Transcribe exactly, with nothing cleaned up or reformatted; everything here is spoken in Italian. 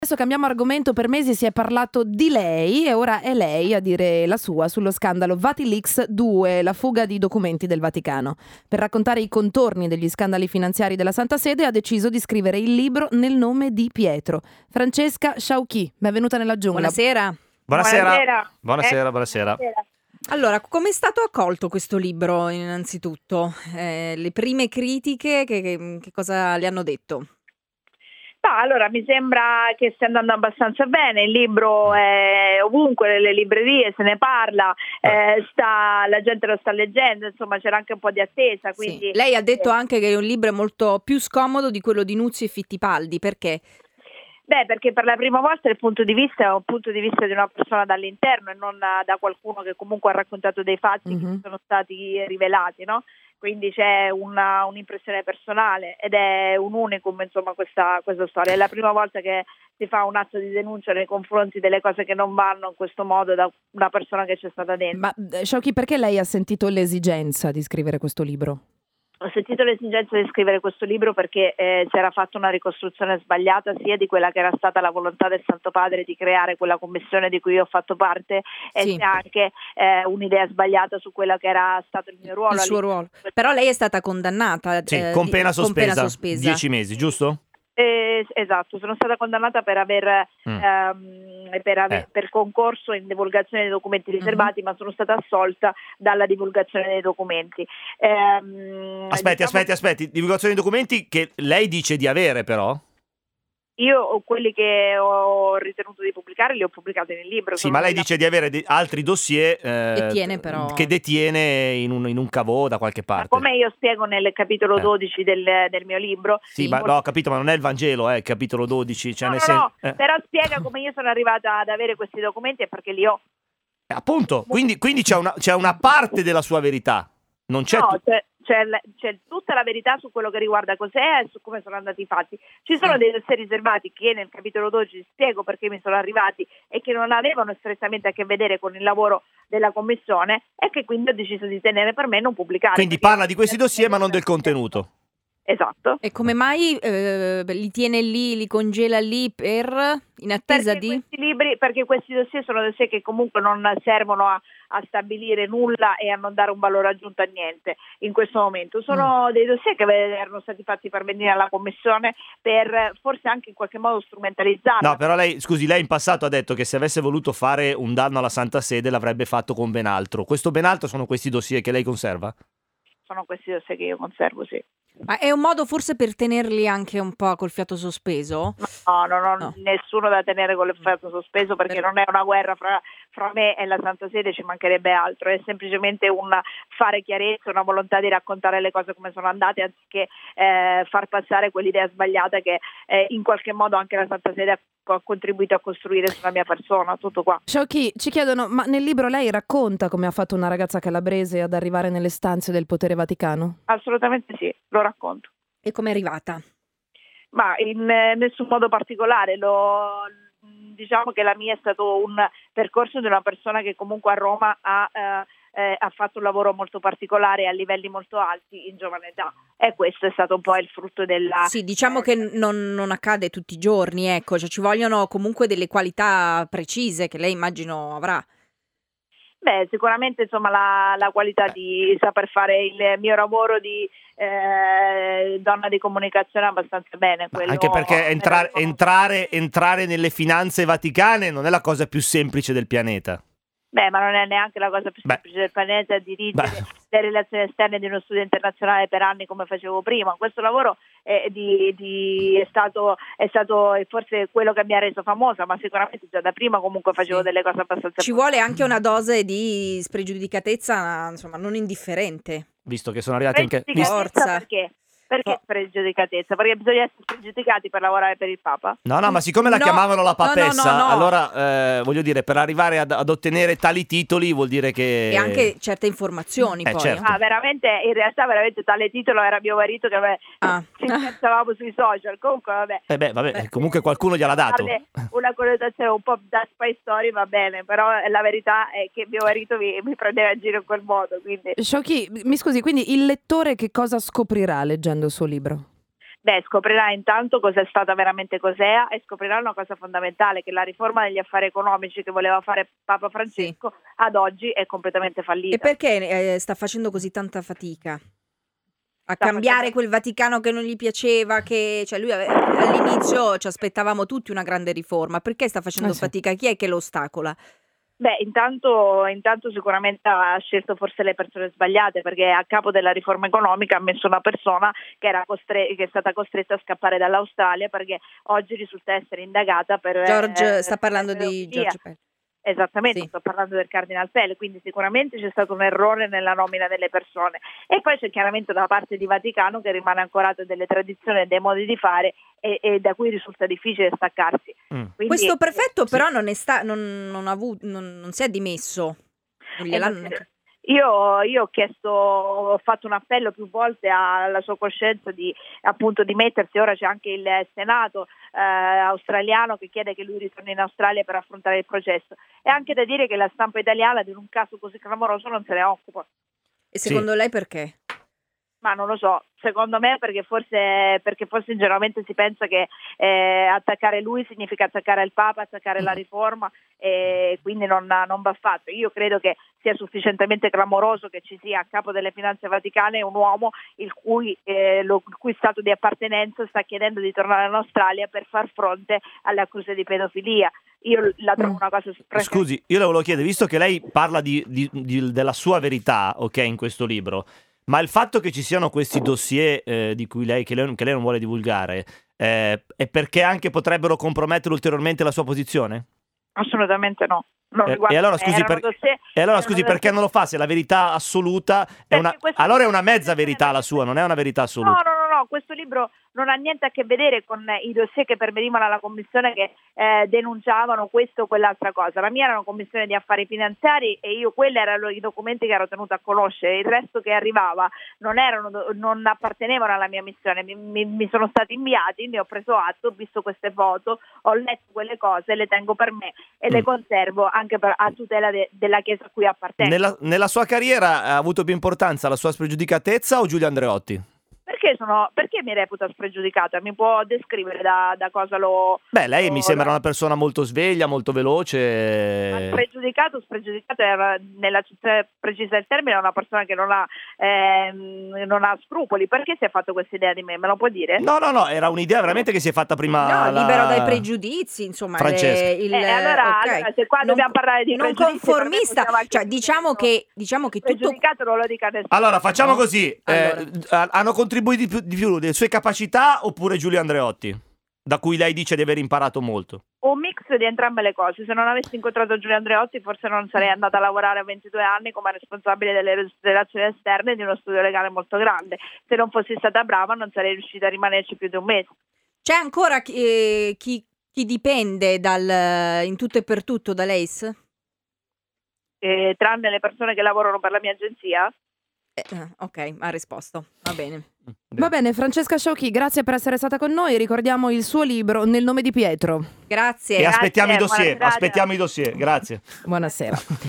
Adesso cambiamo argomento, per mesi si è parlato di lei e ora è lei a dire la sua sullo scandalo Vatilix due, la fuga di documenti del Vaticano. Per raccontare i contorni degli scandali finanziari della Santa Sede ha deciso di scrivere il libro nel nome di Pietro. Francesca Sciauchi, benvenuta nella giungla. Buonasera. Buonasera. Buonasera. Buonasera, Eh, buonasera. buonasera. Allora, come è stato accolto questo libro innanzitutto? Eh, le prime critiche, che, che, che cosa le hanno detto? No, allora mi sembra che stia andando abbastanza bene, il libro è ovunque, nelle librerie se ne parla, eh, sta, la gente lo sta leggendo, insomma c'era anche un po' di attesa. Quindi, Sì. Lei ha detto eh, anche che è un libro molto più scomodo di quello di Nuzzi e Fittipaldi, perché? Beh, perché per la prima volta il punto di vista è un punto di vista di una persona dall'interno e non da, da qualcuno che comunque ha raccontato dei fatti Mhm. che sono stati rivelati, no? Quindi c'è una, un'impressione personale ed è un unicum, insomma, questa, questa storia. È la prima volta che si fa un atto di denuncia nei confronti delle cose che non vanno in questo modo da una persona che c'è stata dentro. Ma eh, Sciauchi, perché lei ha sentito l'esigenza di scrivere questo libro? Ho sentito l'esigenza di scrivere questo libro perché eh, si era fatta una ricostruzione sbagliata sia di quella che era stata la volontà del Santo Padre di creare quella commissione di cui io ho fatto parte e Sì. sia anche eh, un'idea sbagliata su quella che era stato il mio ruolo. Il suo ruolo. Però lei è stata condannata. Sì, eh, con di- pena sospesa, sospesa. dieci mesi, giusto? Eh, esatto, sono stata condannata per aver, Mm. ehm, per, ave- Eh. per concorso in divulgazione dei documenti riservati, ma sono stata assolta dalla divulgazione dei documenti. Ehm, Aspetti, diciamo- aspetti, aspetti. Divulgazione di documenti che lei dice di avere, però? Io ho quelli che ho ritenuto di pubblicare li ho pubblicati nel libro. Sì, sono ma lei nella- dice di avere de- altri dossier eh, Che tiene però. che detiene in un, in un cavò da qualche Ma parte. come io spiego nel capitolo Eh. dodici del, del mio libro. Sì, ma no, ho capito, ma non è il Vangelo, eh, capitolo dodici. Cioè No, nel no, no, sen- eh. però spiega come io sono arrivata ad avere questi documenti e perché li ho. Eh, appunto, quindi, quindi c'è, una, c'è una parte della sua verità. Non c'è No, tu- c'è, c'è, la- c'è tutta la verità su quello che riguarda cos'è e su come sono andati i fatti. Ci sono dei dossier riservati che nel capitolo dodici spiego perché mi sono arrivati e che non avevano strettamente a che vedere con il lavoro della commissione e che quindi ho deciso di tenere per me e non pubblicare. Quindi perché- parla di questi dossier ma non del contenuto. Esatto. E come mai eh, li tiene lì, li congela lì per in attesa Perché di? questi libri, perché questi dossier sono dossier che comunque non servono a, a stabilire nulla e a non dare un valore aggiunto a niente in questo momento. Sono dei dossier che erano stati fatti per venire alla commissione per forse anche in qualche modo strumentalizzarla. No, però lei, scusi, lei in passato ha detto che se avesse voluto fare un danno alla Santa Sede l'avrebbe fatto con ben altro. Questo ben altro sono questi dossier che lei conserva? Sono questi dossier che io conservo, sì. Ma è un modo forse per tenerli anche un po' col fiato sospeso? No, non ho No. nessuno da tenere con l'effetto sospeso perché Per- non è una guerra fra, fra me e la Santa Sede, ci mancherebbe altro, è semplicemente un fare chiarezza, una volontà di raccontare le cose come sono andate anziché eh, far passare quell'idea sbagliata che eh, in qualche modo anche la Santa Sede ha, ha contribuito a costruire sulla mia persona, tutto qua. Sciauchi, ci chiedono, ma nel libro lei racconta come ha fatto una ragazza calabrese ad arrivare nelle stanze del potere vaticano? Assolutamente sì, lo racconto. E come è arrivata? Ma in eh, nessun modo particolare, lo, diciamo che la mia è stato un percorso di una persona che comunque a Roma ha, eh, eh, ha fatto un lavoro molto particolare a livelli molto alti in giovane età e questo è stato un po' il frutto della... Sì, diciamo eh, che non, non accade tutti i giorni, ecco, cioè ci vogliono comunque delle qualità precise che lei immagino avrà. Beh, sicuramente insomma la, la qualità di saper fare il mio lavoro di eh, donna di comunicazione abbastanza bene. Ma quello anche perché me lo entrare, riconosco. entrare, entrare nelle finanze vaticane non è la cosa più semplice del pianeta. Beh, ma non è neanche la cosa più Beh. semplice del pianeta dirigere Beh. le relazioni esterne di uno studio internazionale per anni come facevo prima. Questo lavoro è, di, di, è, stato, è stato è forse quello che mi ha reso famosa, ma sicuramente già da prima comunque facevo Sì. delle cose abbastanza... Ci vuole anche una dose di spregiudicatezza, insomma, non indifferente. Visto che sono arrivati anche... Spregiudicatezza visto- Forza. perché? Perché No. spregiudicatezza? Perché bisogna essere spregiudicati per lavorare per il Papa? No, no, ma siccome la No, chiamavano la no, no, papessa, no, no. allora eh, voglio dire, per arrivare ad, ad ottenere tali titoli vuol dire che... E anche certe informazioni Eh, poi. certo. Ah, veramente, in realtà veramente tale titolo era mio marito che ave- Ah. ci scherzavamo sui social. Comunque vabbè. Eh beh, vabbè, comunque qualcuno gliel'ha dato. Darle una connotazione un po' da spy story va bene, però la verità è che mio marito mi, mi prendeva in giro in quel modo, quindi Sciauchi, mi scusi, quindi il lettore che cosa scoprirà leggendo il suo libro? Beh, scoprirà intanto cos'è stata veramente Cosea e scoprirà una cosa fondamentale, che la riforma degli affari economici che voleva fare Papa Francesco sì. ad oggi è completamente fallita. E perché eh, sta facendo così tanta fatica a sta cambiare facendo... quel Vaticano che non gli piaceva, che cioè lui all'inizio ci aspettavamo tutti una grande riforma, perché sta facendo eh sì. fatica? Chi è che lo ostacola? Beh, intanto, intanto sicuramente ha scelto forse le persone sbagliate, perché a capo della riforma economica ha messo una persona che, era costre- che è stata costretta a scappare dall'Australia, perché oggi risulta essere indagata per... George, eh, sta parlando di George Pell. Esattamente, sì. sto parlando del Cardinal Pell, quindi sicuramente c'è stato un errore nella nomina delle persone e poi c'è chiaramente da parte di Vaticano che rimane ancorato delle tradizioni e dei modi di fare e, e da cui risulta difficile staccarsi. Mm. Quindi, questo prefetto sì. però non, è sta, non, non, ha avuto, non, non si è dimesso. Non gliel'hanno... Io, io ho chiesto, ho fatto un appello più volte alla sua coscienza di appunto di mettersi, ora c'è anche il Senato eh, australiano che chiede che lui ritorni in Australia per affrontare il processo. È anche da dire che la stampa italiana di un caso così clamoroso non se ne occupa. E secondo sì. lei perché? Ma non lo so, secondo me perché forse, perché forse ingenuamente si pensa che eh, attaccare lui significa attaccare il Papa, attaccare la riforma e quindi non, non va fatto. Io credo che sia sufficientemente clamoroso che ci sia a capo delle finanze vaticane un uomo il cui, eh, lo, il cui stato di appartenenza sta chiedendo di tornare in Australia per far fronte alle accuse di pedofilia. Io la trovo una cosa spreca. Scusi, io le volevo chiedere, visto che lei parla di, di, di, della sua verità, ok, in questo libro, ma il fatto che ci siano questi dossier eh, di cui lei che, lei che lei non vuole divulgare eh, è perché anche potrebbero compromettere ulteriormente la sua posizione? Assolutamente no. Eh, e allora scusi, per... dossier... e allora, scusi perché dossier... non lo fa? Se la verità assoluta è una... allora è una mezza verità la sua, non è una verità assoluta. No, no, no, no, questo libro non ha niente a che vedere con i dossier che pervenivano alla commissione che eh, denunciavano questo o quell'altra cosa. La mia era una commissione di affari finanziari e io quelli erano i documenti che ero tenuta a conoscere, il resto che arrivava non erano, non appartenevano alla mia missione, mi, mi, mi sono stati inviati, ne ho preso atto, ho visto queste foto, ho letto quelle cose, le tengo per me e mm. le conservo anche per, a tutela de, della chiesa a cui appartengo. Nella, nella sua carriera ha avuto più importanza la sua spregiudicatezza o Giulio Andreotti? Perché, sono, perché mi reputa spregiudicata? Mi può descrivere da, da cosa lo... Beh, lei lo, mi sembra una persona molto sveglia, molto veloce. Ma spregiudicato, spregiudicato è, nella precisa del termine, è una persona che non ha, ehm, non ha scrupoli. Perché si è fatto questa idea di me? Me lo può dire? No, no, no, era un'idea veramente che si è fatta prima. No, la... libero dai pregiudizi, insomma. Francesca. Le, il, eh, allora, okay. allora, se qua non, dobbiamo parlare di non conformista, cioè diciamo che, diciamo che tutto... Pregiudicato non lo dica nessuno. Allora, facciamo così. Allora. Eh, hanno contribuito di più, di più le sue capacità oppure Giulio Andreotti, da cui lei dice di aver imparato molto? Un mix di entrambe le cose. Se non avessi incontrato Giulio Andreotti forse non sarei andata a lavorare a ventidue anni come responsabile delle relazioni esterne di uno studio legale molto grande. Se non fossi stata brava non sarei riuscita a rimanerci più di un mese. C'è ancora chi, eh, chi, chi dipende dal, in tutto e per tutto da l'A C E? Eh, tranne le persone che lavorano per la mia agenzia? Eh, ok, ha risposto, va bene. Va bene, Francesca Sciocchi, grazie per essere stata con noi. Ricordiamo il suo libro Nel nome di Pietro. Grazie. E aspettiamo grazie, i dossier, aspettiamo i dossier, grazie. Buonasera.